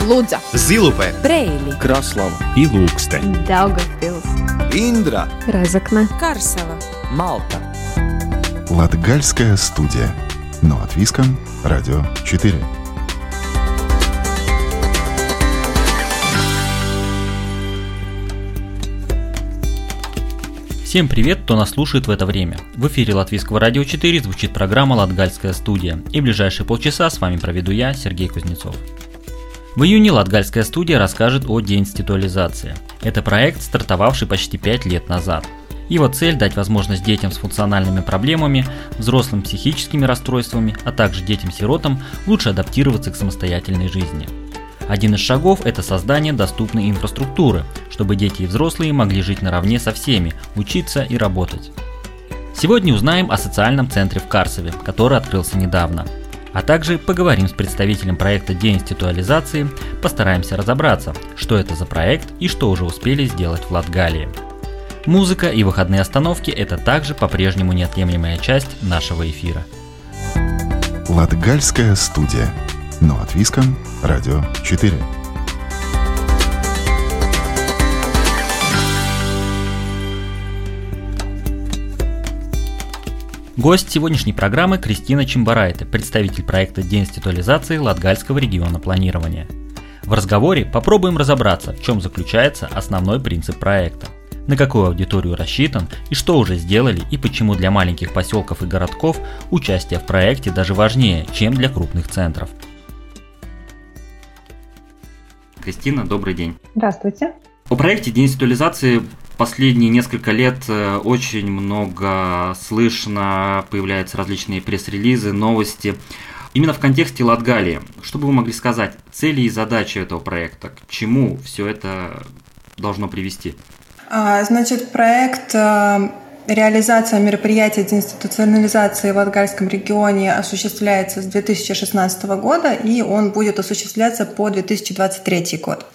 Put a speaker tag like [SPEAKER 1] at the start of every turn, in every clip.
[SPEAKER 1] Лудза,
[SPEAKER 2] Зилупе,
[SPEAKER 3] Бреили,
[SPEAKER 4] Краслава
[SPEAKER 5] и Лукстē,
[SPEAKER 3] Daugavpils,
[SPEAKER 2] Индра,
[SPEAKER 3] Разокне,
[SPEAKER 1] Карсела,
[SPEAKER 4] Малта.
[SPEAKER 6] Латгальская студия. Но от Виском, Радио 4.
[SPEAKER 7] Всем привет, кто нас слушает в это время. В эфире Латвийского радио 4 звучит программа «Латгальская студия», и ближайшие полчаса с вами проведу я, Сергей Кузнецов. В июне Латгальская студия расскажет о деинституализации. Это проект, стартовавший почти 5 лет назад. Его цель – дать возможность детям с функциональными проблемами, взрослым с психическими расстройствами, а также детям-сиротам лучше адаптироваться к самостоятельной жизни. Один из шагов – это создание доступной инфраструктуры, чтобы дети и взрослые могли жить наравне со всеми, учиться и работать. Сегодня узнаем о социальном центре в Карсове, который открылся недавно. А также поговорим с представителем проекта деинституализации, постараемся разобраться, что это за проект и что уже успели сделать в Латгалии. Музыка и выходные остановки – это также по-прежнему неотъемлемая часть нашего эфира.
[SPEAKER 6] Латгальская студия. Но от Виском, Радио 4.
[SPEAKER 7] Гость сегодняшней программы Кристина Чимбарайте, представитель проекта деинституализации Латгальского региона планирования. В разговоре попробуем разобраться, в чем заключается основной принцип проекта, на какую аудиторию рассчитан и что уже сделали и почему для маленьких поселков и городков участие в проекте даже важнее, чем для крупных центров. Кристина, добрый день.
[SPEAKER 8] Здравствуйте.
[SPEAKER 7] О проекте деинституализации последние несколько лет очень много слышно, появляются различные пресс-релизы, новости. Именно в контексте Латгалии, что бы вы могли сказать, цели и задачи этого проекта, к чему все это должно привести?
[SPEAKER 8] Значит, проект реализация мероприятий деинституционализации в Латгальском регионе осуществляется с 2016 года, и он будет осуществляться по 2023 год.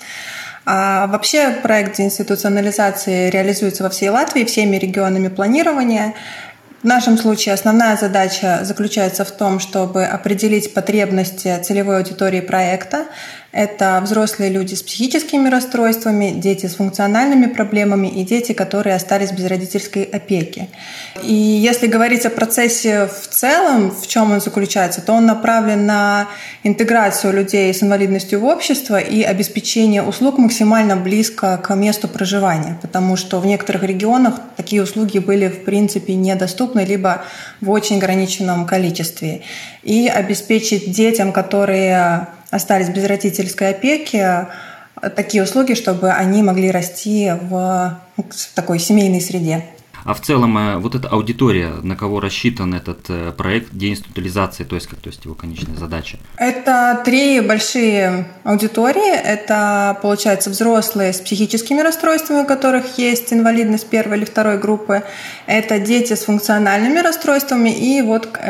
[SPEAKER 8] Вообще проект деинституционализации реализуется во всей Латвии, всеми регионами планирования. В нашем случае основная задача заключается в том, чтобы определить потребности целевой аудитории проекта. Это взрослые люди с психическими расстройствами, дети с функциональными проблемами и дети, которые остались без родительской опеки. И если говорить о процессе в целом, в чем он заключается, то он направлен на интеграцию людей с инвалидностью в общество и обеспечение услуг максимально близко к месту проживания, потому что в некоторых регионах такие услуги были в принципе недоступны либо в очень ограниченном количестве. И обеспечить детям, которые остались без родительской опеки, такие услуги, чтобы они могли расти в такой семейной среде.
[SPEAKER 7] А в целом вот эта аудитория, на кого рассчитан этот проект деинституализации, то есть его конечная задача? Это
[SPEAKER 8] 3 большие аудитории. Это, получается, взрослые с психическими расстройствами, у которых есть инвалидность 1 или 2 группы. Это дети с функциональными расстройствами и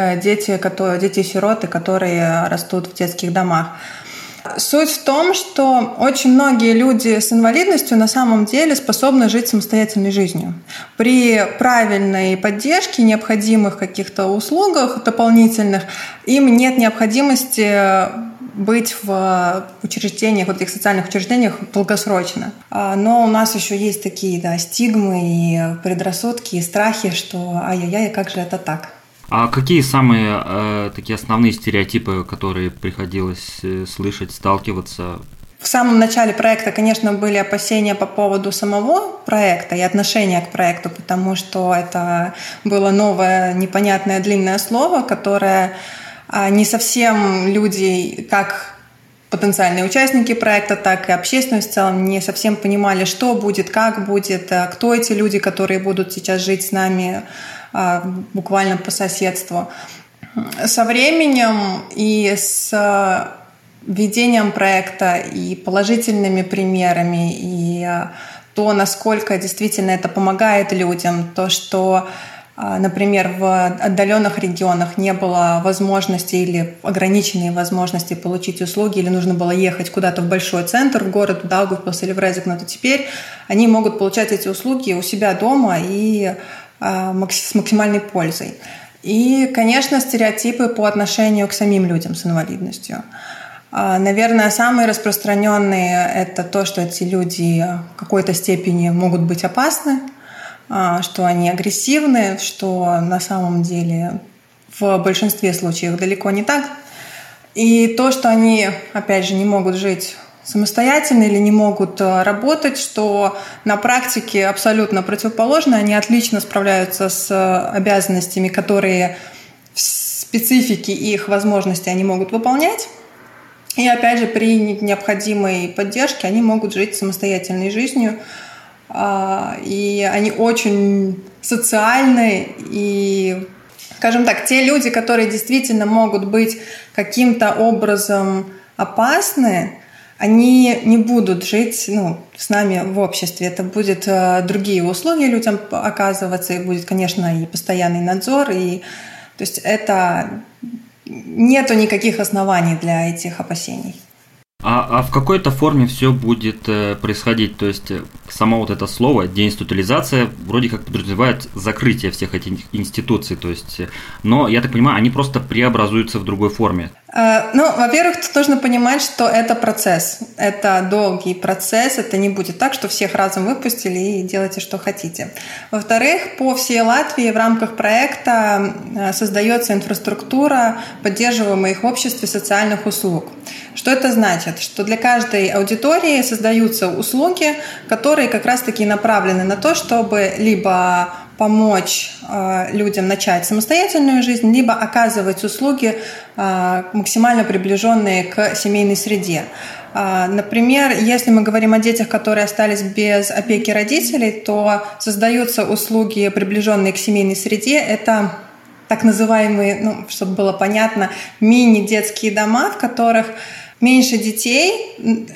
[SPEAKER 8] дети-сироты, которые растут в детских домах. Суть в том, что очень многие люди с инвалидностью на самом деле способны жить самостоятельной жизнью. При правильной поддержке, необходимых каких-то услугах дополнительных, им нет необходимости быть в учреждениях, вот этих социальных учреждениях долгосрочно. Но у нас еще есть такие стигмы и предрассудки, и страхи, что ай-яй-яй, как же это так?
[SPEAKER 7] А какие самые такие основные стереотипы, которые приходилось слышать, сталкиваться?
[SPEAKER 8] В самом начале проекта, конечно, были опасения по поводу самого проекта и отношения к проекту, потому что это было новое, непонятное, длинное слово, которое не совсем люди, как потенциальные участники проекта, так и общественность в целом, не совсем понимали, что будет, как будет, кто эти люди, которые будут сейчас жить с нами буквально по соседству. Со временем и с введением проекта и положительными примерами, и то, насколько действительно это помогает людям, то, что, например, в отдаленных регионах не было возможности или ограниченные возможности получить услуги, или нужно было ехать куда-то в большой центр, в город, в Даугавпилс или в Резекне, то теперь они могут получать эти услуги у себя дома и с максимальной пользой. И, конечно, стереотипы по отношению к самим людям с инвалидностью. Наверное, самые распространенные – это то, что эти люди в какой-то степени могут быть опасны, что они агрессивны, что на самом деле в большинстве случаев далеко не так. И то, что они, опять же, не могут жить самостоятельно или не могут работать, что на практике абсолютно противоположно. Они отлично справляются с обязанностями, которые в специфике их возможностей они могут выполнять. И опять же, при необходимой поддержке они могут жить самостоятельной жизнью. И они очень социальны. И, скажем так, те люди, которые действительно могут быть каким-то образом опасны, они не будут жить с нами в обществе. Это будут другие услуги людям оказываться, и будет, конечно, и постоянный надзор. И, то есть нету никаких оснований для этих опасений.
[SPEAKER 7] А в какой-то форме все будет происходить? То есть само вот это слово деинституализация вроде как подразумевает закрытие всех этих институций. То есть, но, я так понимаю, они просто преобразуются в другой форме.
[SPEAKER 8] Во-первых, тут нужно понимать, что это процесс. Это долгий процесс. Это не будет так, что всех разом выпустили и делайте, что хотите. Во-вторых, по всей Латвии в рамках проекта создается инфраструктура поддерживаемых в обществе социальных услуг. Что это значит? Что для каждой аудитории создаются услуги, которые как раз-таки направлены на то, чтобы либо помочь людям начать самостоятельную жизнь, либо оказывать услуги, максимально приближенные к семейной среде. Например, если мы говорим о детях, которые остались без опеки родителей, то создаются услуги, приближенные к семейной среде. Это так называемые, чтобы было понятно, мини-детские дома, в которых меньше детей,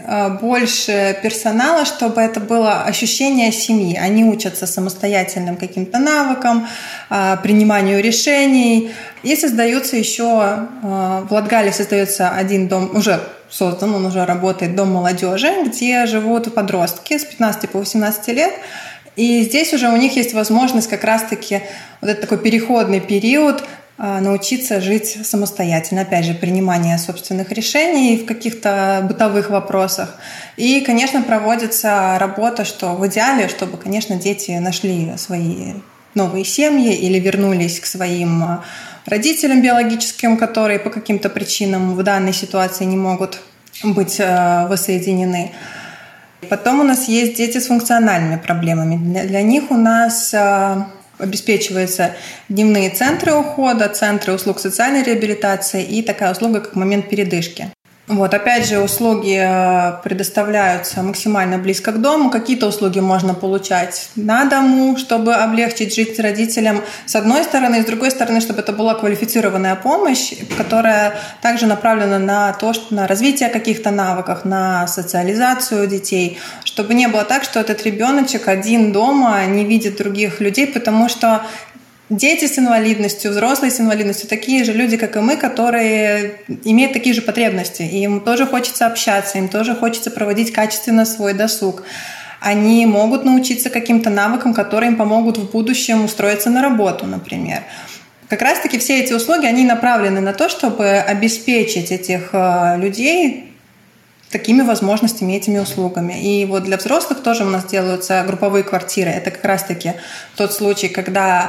[SPEAKER 8] больше персонала, чтобы это было ощущение семьи. Они учатся самостоятельным каким-то навыкам, приниманию решений. И создаются еще, в Латгалии создается один дом, уже создан, он уже работает, дом молодежи, где живут подростки с 15 по 18 лет. И здесь уже у них есть возможность как раз-таки вот этот такой переходный период научиться жить самостоятельно. Опять же, принимание собственных решений в каких-то бытовых вопросах. И, конечно, проводится работа, что в идеале, чтобы, конечно, дети нашли свои новые семьи или вернулись к своим родителям биологическим, которые по каким-то причинам в данной ситуации не могут быть воссоединены. Потом у нас есть дети с функциональными проблемами. Для них у нас обеспечиваются дневные центры ухода, центры услуг социальной реабилитации и такая услуга, как момент передышки. Опять же, услуги предоставляются максимально близко к дому. Какие-то услуги можно получать на дому, чтобы облегчить жизнь родителям с одной стороны, и с другой стороны, чтобы это была квалифицированная помощь, которая также направлена на то, что на развитие каких-то навыков, на социализацию детей, чтобы не было так, что этот ребеночек один дома не видит других людей, потому что дети с инвалидностью, взрослые с инвалидностью, такие же люди, как и мы, которые имеют такие же потребности. И им тоже хочется общаться, им тоже хочется проводить качественно свой досуг. Они могут научиться каким-то навыкам, которые им помогут в будущем устроиться на работу, например. Как раз-таки все эти услуги, они направлены на то, чтобы обеспечить этих людей такими возможностями, этими услугами. И для взрослых тоже у нас делаются групповые квартиры. Это как раз-таки тот случай, когда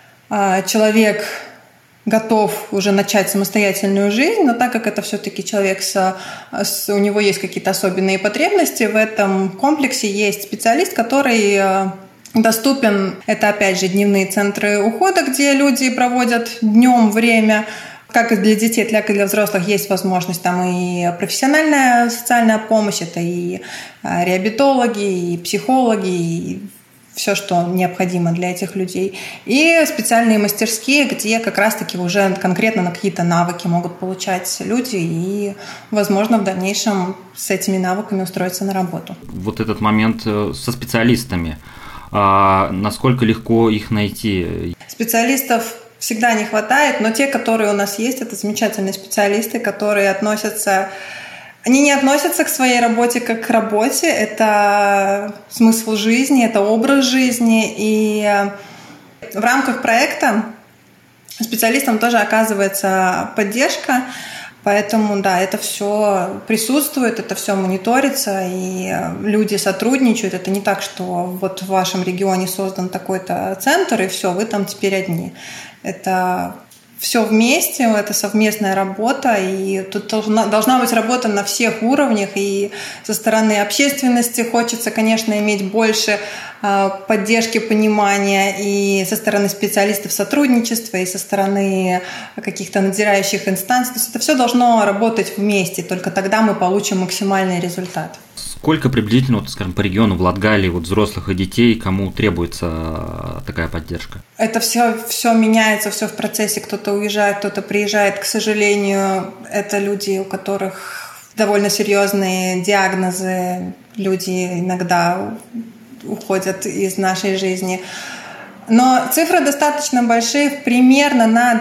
[SPEAKER 8] человек готов уже начать самостоятельную жизнь, но так как это все-таки человек, у него есть какие-то особенные потребности, в этом комплексе есть специалист, который доступен. Это, опять же, дневные центры ухода, где люди проводят днем время. Как и для детей, так и для взрослых есть возможность там и профессиональная социальная помощь, это и реабилитологи, и психологи, и все, что необходимо для этих людей. И специальные мастерские, где как раз-таки уже конкретно на какие-то навыки могут получать люди и, возможно, в дальнейшем с этими навыками устроиться на работу.
[SPEAKER 7] Вот этот момент со специалистами. Насколько легко их найти?
[SPEAKER 8] Специалистов всегда не хватает, но те, которые у нас есть, это замечательные специалисты, которые Они не относятся к своей работе как к работе, это смысл жизни, это образ жизни. И в рамках проекта специалистам тоже оказывается поддержка. Поэтому, да, это все присутствует, это все мониторится, и люди сотрудничают. Это не так, что вот в вашем регионе создан такой-то центр, и все, вы там теперь одни. Это все вместе, это совместная работа, и тут должна быть работа на всех уровнях, и со стороны общественности хочется, конечно, иметь больше поддержки, понимания, и со стороны специалистов сотрудничества, и со стороны каких-то надзирающих инстанций. То есть это все должно работать вместе, только тогда мы получим максимальный результат.
[SPEAKER 7] Сколько приблизительно, вот, скажем, по региону в Латгалии вот взрослых и детей, кому требуется такая поддержка?
[SPEAKER 8] Это все меняется, все в процессе. Кто-то уезжает, кто-то приезжает. К сожалению, это люди, у которых довольно серьезные диагнозы. Люди иногда уходят из нашей жизни. Но цифры достаточно большие. Примерно на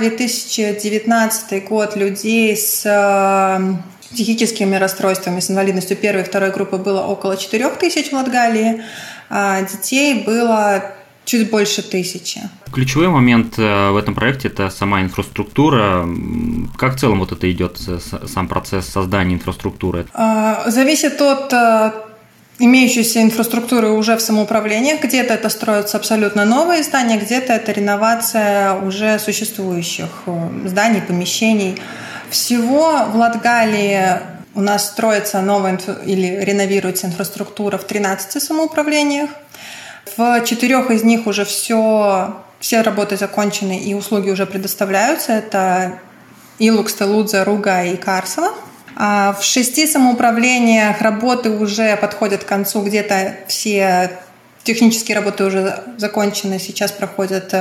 [SPEAKER 8] 2019 год людей с психическими расстройствами, с инвалидностью первой и второй группы было около 4000 в Латгалии, а детей было чуть больше 1000.
[SPEAKER 7] Ключевой момент в этом проекте – это сама инфраструктура. Как в целом вот это идет, сам процесс создания инфраструктуры?
[SPEAKER 8] Зависит от имеющейся инфраструктуры уже в самоуправлениях. Где-то это строятся абсолютно новые здания, где-то это реновация уже существующих зданий, помещений. Всего в Латгалии у нас строится новая или реновируется инфраструктура в 13 самоуправлениях. В 4 из них уже все работы закончены и услуги уже предоставляются. Это Илукста, Лудза, Руга и Карсово. А в 6 самоуправлениях работы уже подходят к концу. Где-то все технические работы уже закончены. Сейчас проходят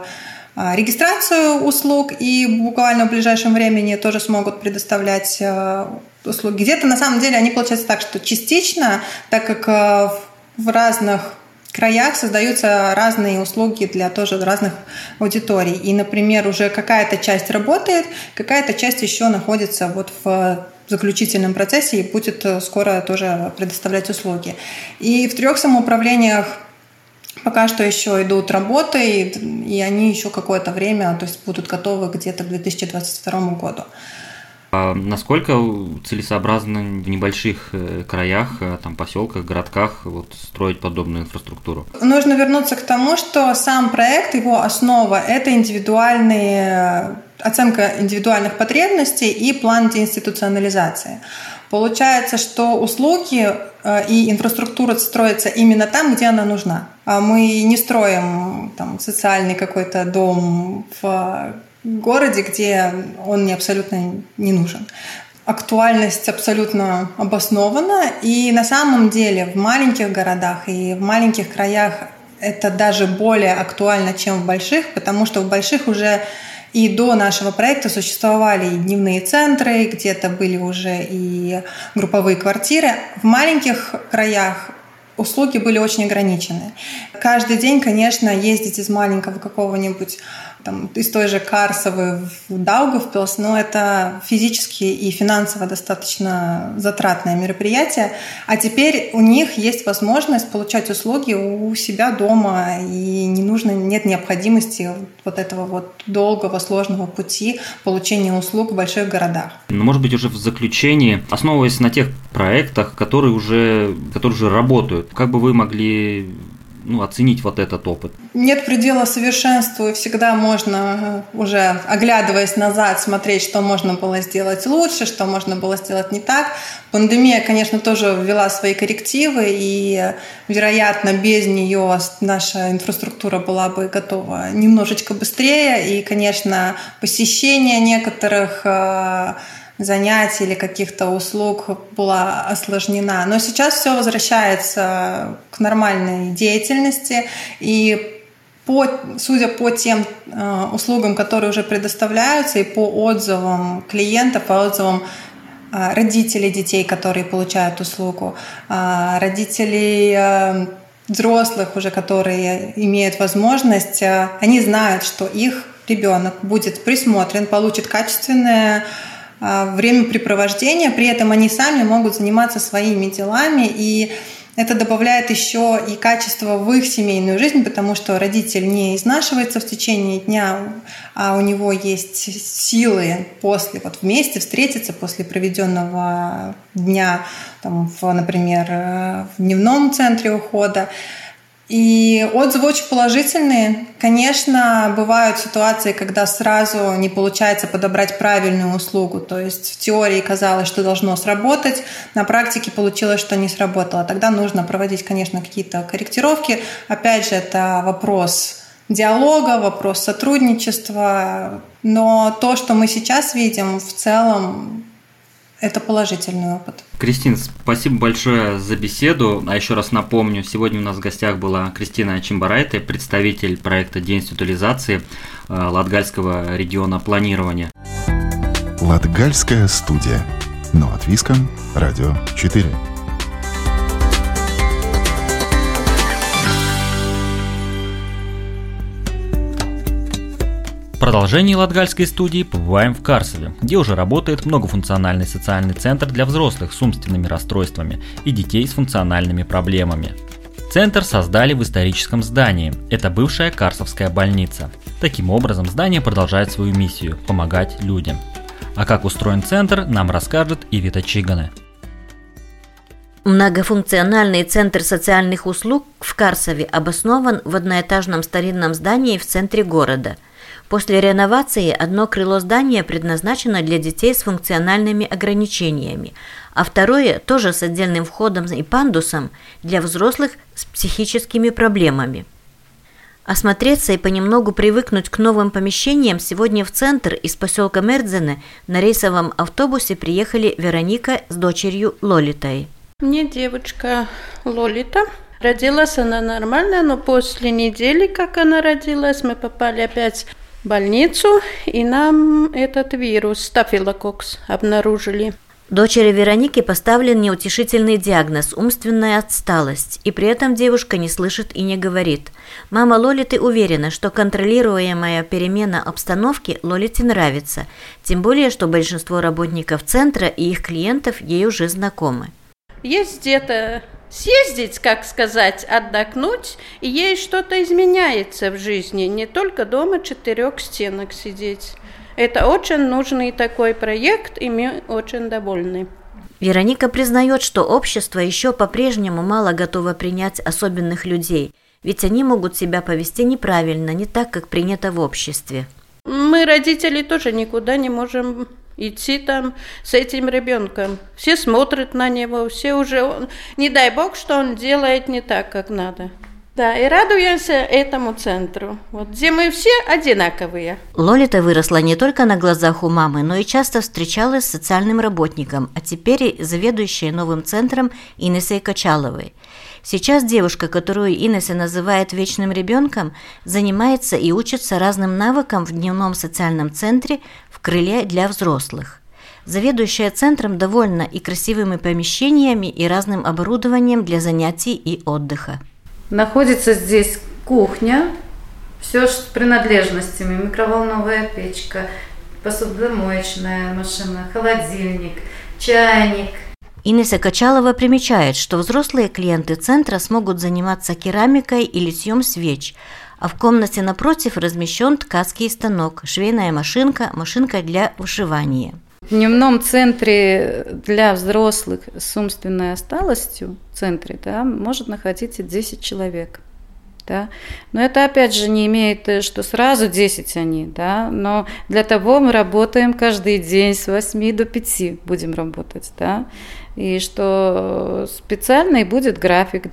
[SPEAKER 8] регистрацию услуг, и буквально в ближайшем времени тоже смогут предоставлять услуги. Где-то на самом деле они получаются так, что частично, так как в разных краях создаются разные услуги для тоже разных аудиторий. И, например, уже какая-то часть работает, какая-то часть еще находится вот в заключительном процессе и будет скоро тоже предоставлять услуги. И в 3 самоуправлениях пока что еще идут работы, и они еще какое-то время, то есть будут готовы где-то к 2022 году.
[SPEAKER 7] А насколько целесообразно в небольших краях, там, поселках, городках вот, строить подобную инфраструктуру?
[SPEAKER 8] Нужно вернуться к тому, что сам проект, его основа – это оценка индивидуальных потребностей и план деинституционализации. Получается, что услуги и инфраструктура строятся именно там, где она нужна. Мы не строим там социальный какой-то дом в городе, где он мне абсолютно не нужен. Актуальность абсолютно обоснована, и на самом деле в маленьких городах и в маленьких краях это даже более актуально, чем в больших, потому что в больших уже и до нашего проекта существовали и дневные центры, где-то были уже и групповые квартиры. В маленьких краях услуги были очень ограничены. Каждый день, конечно, ездить из маленького какого-нибудь, там, из той же Карсовой в Даугавпилс, но это физически и финансово достаточно затратное мероприятие. А теперь у них есть возможность получать услуги у себя дома, и нет необходимости вот этого вот долгого, сложного пути получения услуг в больших городах.
[SPEAKER 7] Но, может быть, уже в заключении, основываясь на тех проектах, которые уже работают, как бы вы могли оценить вот этот опыт?
[SPEAKER 8] Нет предела совершенству, и всегда можно, уже оглядываясь назад, смотреть, что можно было сделать лучше, что можно было сделать не так. Пандемия, конечно, тоже ввела свои коррективы, и, вероятно, без нее наша инфраструктура была бы готова немножечко быстрее, и, конечно, посещение некоторых занятий или каких-то услуг была осложнена. Но сейчас все возвращается к нормальной деятельности, и судя по тем услугам, которые уже предоставляются, и по отзывам клиентов, по отзывам родителей детей, которые получают услугу, родителей взрослых уже, которые имеют возможность, они знают, что их ребенок будет присмотрен, получит качественное времяпрепровождение, при этом они сами могут заниматься своими делами, и Это добавляет еще и качество в их семейную жизнь, потому что родитель не изнашивается в течение дня, а у него есть силы после вместе встретиться после проведенного дня, например, в дневном центре ухода. И отзывы очень положительные. Конечно, бывают ситуации, когда сразу не получается подобрать правильную услугу. То есть в теории казалось, что должно сработать, на практике получилось, что не сработало. Тогда нужно проводить, конечно, какие-то корректировки. Опять же, это вопрос диалога, вопрос сотрудничества. Но то, что мы сейчас видим, в целом, это положительный опыт.
[SPEAKER 7] Кристин, спасибо большое за беседу. А еще раз напомню, сегодня у нас в гостях была Кристина Чимбарайте, представитель проекта деинституализации Латгальского региона планирования.
[SPEAKER 6] Латгальская студия. Но от Виском, Радио 4.
[SPEAKER 7] В продолжении Латгальской студии побываем в Карсове, где уже работает многофункциональный социальный центр для взрослых с умственными расстройствами и детей с функциональными проблемами. Центр создали в историческом здании, это бывшая Карсовская больница. Таким образом, здание продолжает свою миссию – помогать людям. А как устроен центр, нам расскажет Ивита Чигане.
[SPEAKER 1] Многофункциональный центр социальных услуг в Карсове обоснован в одноэтажном старинном здании в центре города. После реновации одно крыло здания предназначено для детей с функциональными ограничениями, а второе, тоже с отдельным входом и пандусом, для взрослых с психическими проблемами. Осмотреться и понемногу привыкнуть к новым помещениям сегодня в центр из поселка Мердзене на рейсовом автобусе приехали Вероника с дочерью Лолитой.
[SPEAKER 2] Мне девочка Лолита. Родилась она нормально, но после недели, как она родилась, мы попали опять в больницу, и нам этот вирус, стафилококк, обнаружили.
[SPEAKER 1] Дочери Вероники поставлен неутешительный диагноз – умственная отсталость, и при этом девушка не слышит и не говорит. Мама Лолиты уверена, что контролируемая перемена обстановки Лолите нравится, тем более, что большинство работников центра и их клиентов ей уже знакомы.
[SPEAKER 2] Есть где-то съездить, как сказать, отдохнуть, и ей что-то изменяется в жизни, не только дома 4 стенок сидеть. Это очень нужный такой проект, и мы очень довольны.
[SPEAKER 1] Вероника признает, что общество еще по-прежнему мало готово принять особенных людей, ведь они могут себя повести неправильно, не так, как принято в обществе.
[SPEAKER 2] Мы, родители, тоже никуда не можем идти там с этим ребенком. Все смотрят на него, все уже, не дай бог, что он делает не так, как надо. Да, и радуемся этому центру, где мы все одинаковые.
[SPEAKER 1] Лолита выросла не только на глазах у мамы, но и часто встречалась с социальным работником, а теперь и заведующей новым центром Инесой Качаловой. Сейчас девушка, которую Инеса называет вечным ребенком, занимается и учится разным навыкам в дневном социальном центре в крыле для взрослых. Заведующая центром довольна и красивыми помещениями, и разным оборудованием для занятий и отдыха.
[SPEAKER 3] Находится здесь кухня, все с принадлежностями, микроволновая печка, посудомоечная машина, холодильник, чайник.
[SPEAKER 1] Инесса Качалова примечает, что взрослые клиенты центра смогут заниматься керамикой и литьем свеч, а в комнате напротив размещен ткацкий станок, швейная машинка, машинка для вышивания.
[SPEAKER 3] В дневном центре для взрослых с умственной отсталостью в центре может находиться 10 человек. Да? Но это опять же не имеет, что сразу 10 они, но для того мы работаем каждый день с 8 до 5 будем работать. Да? И что специальный будет график,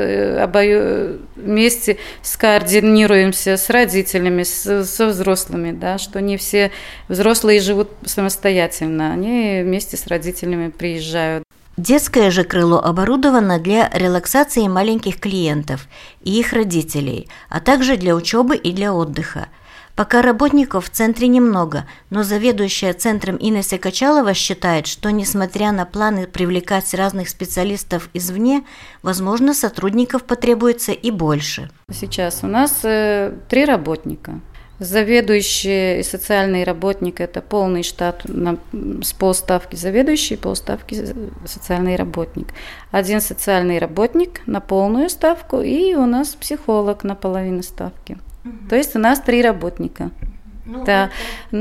[SPEAKER 3] вместе скоординируемся с родителями, со взрослыми, что не все взрослые живут самостоятельно, они вместе с родителями приезжают.
[SPEAKER 1] Детское же крыло оборудовано для релаксации маленьких клиентов и их родителей, а также для учебы и для отдыха. Пока работников в центре немного, но заведующая центром Инесса Качалова считает, что, несмотря на планы привлекать разных специалистов извне, возможно, сотрудников потребуется и больше.
[SPEAKER 3] Сейчас у нас 3 работника. Заведующий и социальный работник – это полный штат с полставки заведующий, полставки социальный работник. Один социальный работник на полную ставку, и у нас психолог на половину ставки. То есть у нас 3 работника. Да.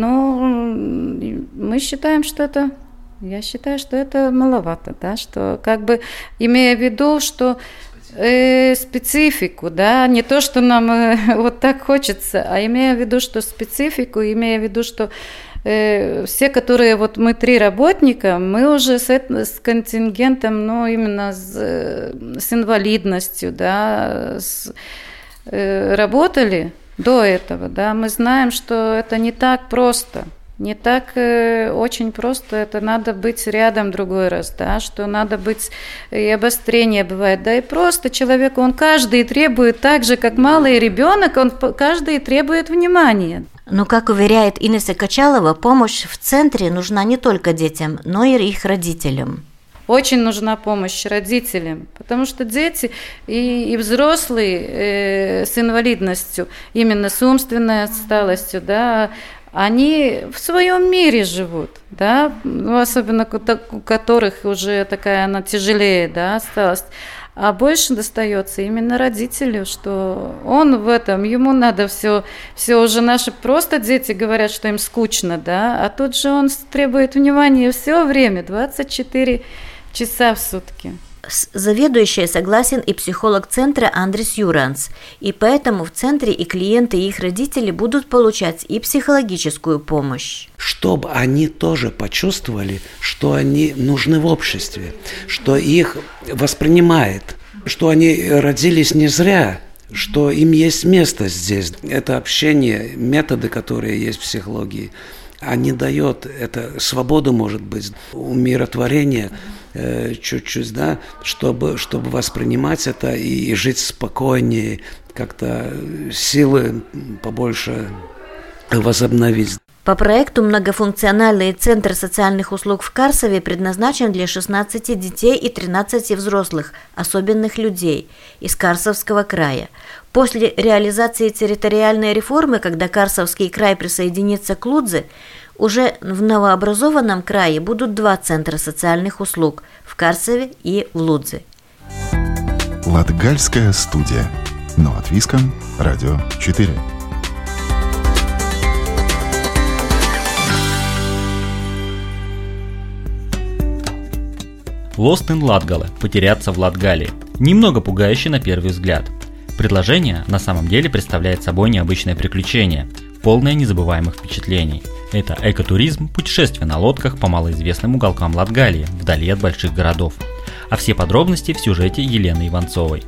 [SPEAKER 3] Мы считаем, что это... Я считаю, что это маловато, да, что как бы имея в виду, что специфику, да, не то, что нам вот так хочется, а имея в виду, что специфику, имея в виду, что все, которые вот мы 3 работника, мы уже с контингентом, именно с инвалидностью, да, работали до этого, да, мы знаем, что это не так просто. Не так очень просто, это надо быть рядом другой раз, да, что надо быть, и обострение бывает, да, и просто человек, он каждый требует, так же, как малый ребенок, он каждый требует внимания.
[SPEAKER 1] Но, как уверяет Инесса Качалова, помощь в центре нужна не только детям, но и их родителям.
[SPEAKER 3] Очень нужна помощь родителям, потому что дети и взрослые с инвалидностью, именно с умственной отсталостью, да, они в своем мире живут, да, особенно у которых уже такая она тяжелее, да, осталась. А больше достается именно родителю, что он в этом, ему надо все уже наши просто дети говорят, что им скучно, да, а тут же он требует внимания все время, 24 часа в сутки.
[SPEAKER 1] С заведующей согласен и психолог центра Андрис Юранс, и поэтому в центре и клиенты, и их родители будут получать и психологическую помощь.
[SPEAKER 4] Чтобы они тоже почувствовали, что они нужны в обществе, что их воспринимает, что они родились не зря, что им есть место здесь. Это общение, методы, которые есть в психологии, они дают это свободу, может быть, умиротворение чуть-чуть, да, чтобы воспринимать это и жить спокойнее, как-то силы побольше возобновить.
[SPEAKER 1] По проекту многофункциональный центр социальных услуг в Карсове предназначен для 16 детей и 13 взрослых, особенных людей из Карсовского края. После реализации территориальной реформы, когда Карсовский край присоединится к Лудзе, уже в новообразованном крае будут 2 центра социальных услуг – в Карсове и в Лудзе.
[SPEAKER 6] Латгальская студия. Но от Виском. Радио 4.
[SPEAKER 7] Lost in Latgale – потеряться в Латгалии. Немного пугающе на первый взгляд. Предложение на самом деле представляет собой необычное приключение, полное незабываемых впечатлений. Это экотуризм, путешествие на лодках по малоизвестным уголкам Латгалии, вдали от больших городов. А все подробности в сюжете Елены Иванцовой.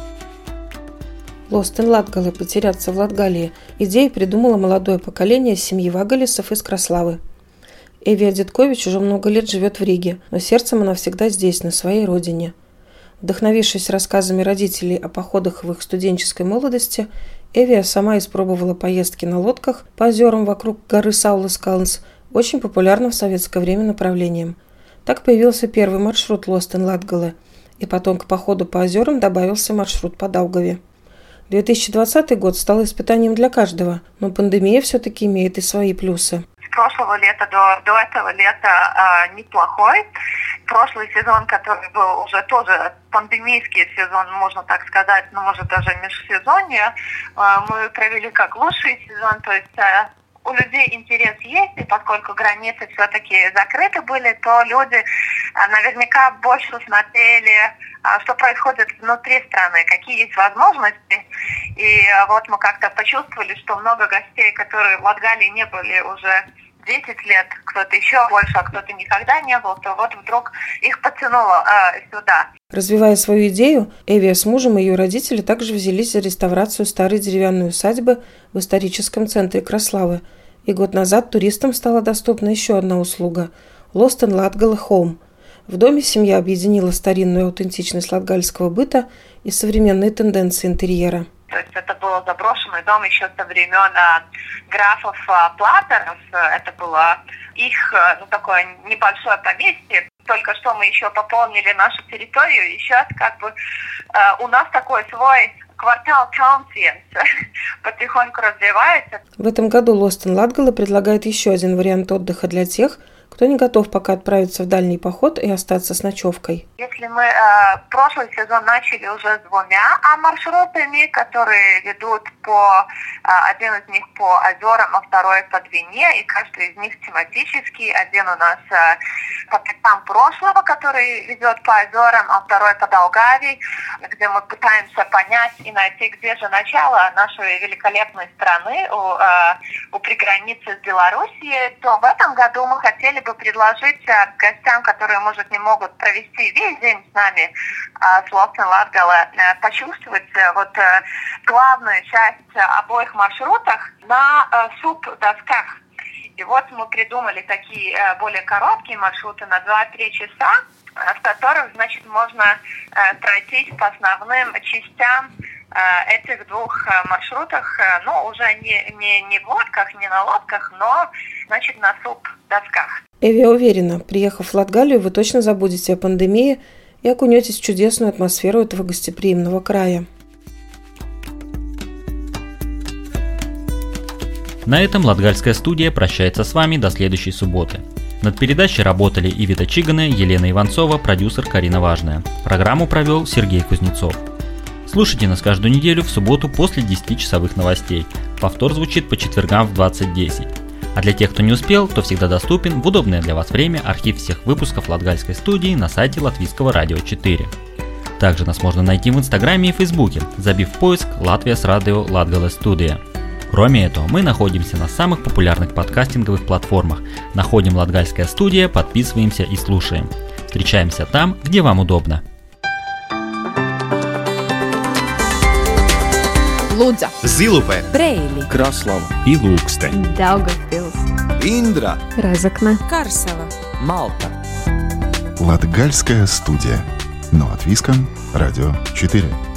[SPEAKER 5] Lost in Latgale – потеряться в Латгалии. Идею придумало молодое поколение семьи Вагалисов из Краславы. Эвия Дедкович уже много лет живет в Риге, но сердцем она всегда здесь, на своей родине. Вдохновившись рассказами родителей о походах в их студенческой молодости, Эвия сама испробовала поездки на лодках по озерам вокруг горы Саулескалнс, очень популярным в советское время направлением. Так появился первый маршрут Lost in Latgale, и потом к походу по озерам добавился маршрут по Даугаве. 2020 год стал испытанием для каждого, но пандемия все-таки имеет и свои плюсы.
[SPEAKER 9] С прошлого лета до этого лета неплохой. Прошлый сезон, который был уже тоже пандемийский сезон, можно так сказать, но может даже межсезонье, мы провели как лучший сезон, то есть у людей интерес есть, и поскольку границы все-таки закрыты были, то люди наверняка больше смотрели, что происходит внутри страны, какие есть возможности. И вот мы как-то почувствовали, что много гостей, которые в Латгалии не были уже 10 лет, кто-то еще больше, а кто-то никогда не был, то вот вдруг их потянуло сюда.
[SPEAKER 5] Развивая свою идею, Эвия с мужем и ее родители также взялись за реставрацию старой деревянной усадьбы в историческом центре Краславы. И год назад туристам стала доступна еще одна услуга – Lost in Latgale Home. В доме семья объединила старинную аутентичность латгальского быта и современные тенденции интерьера.
[SPEAKER 9] То есть это был заброшенный дом еще со времен графов Платеров. Это было их такое небольшое поместье. Только что мы еще пополнили нашу территорию. И сейчас у нас такой свой квартал Каунсиенс потихоньку развивается.
[SPEAKER 5] В этом году Лостен Латгала предлагает еще один вариант отдыха для тех, кто не готов пока отправиться в дальний поход и остаться с ночевкой.
[SPEAKER 9] Если мы прошлый сезон начали уже с 2 маршрутами, которые ведут один из них по озерам, а второй по Двине, и каждый из них тематический. Один у нас по пятам прошлого, который ведет по озерам, а второй по Даугаве, где мы пытаемся понять и найти, где же начало нашей великолепной страны у приграницы с Белоруссией, то в этом году мы хотели бы предложить гостям, которые, может, не могут провести весь день с нами с Лостен Латгала, почувствовать главную часть обоих маршрутах на суп-досках. И вот мы придумали такие более короткие маршруты на 2-3 часа, в которых, значит, можно пройтись по основным частям этих 2 маршрутах, уже не в лодках, не на лодках, но, значит, на суп-досках.
[SPEAKER 5] Эвия уверена, приехав в Латгалию, вы точно забудете о пандемии и окунетесь в чудесную атмосферу этого гостеприимного края.
[SPEAKER 7] На этом Латгальская студия прощается с вами до следующей субботы. Над передачей работали Ивита Чигане, Елена Иванцова, продюсер Карина Важная. Программу провел Сергей Кузнецов. Слушайте нас каждую неделю в субботу после 10-часовых новостей. Повтор звучит по четвергам в 20:10. А для тех, кто не успел, то всегда доступен в удобное для вас время архив всех выпусков Латгальской студии на сайте Латвийского радио 4. Также нас можно найти в Инстаграме и Фейсбуке, забив в поиск «Латвия с радио Латгале студия». Кроме этого, мы находимся на самых популярных подкастинговых платформах. Находим Латгальская студия, подписываемся и слушаем. Встречаемся там, где вам удобно.
[SPEAKER 10] Лудза,
[SPEAKER 11] Зилупе,
[SPEAKER 10] Брейли,
[SPEAKER 11] Краслава и Ilūkste,
[SPEAKER 10] Daugavpils,
[SPEAKER 11] Индра,
[SPEAKER 10] Разокна, Карсела,
[SPEAKER 11] Малта.
[SPEAKER 6] Латгальская студия. На Латвийском радио 4.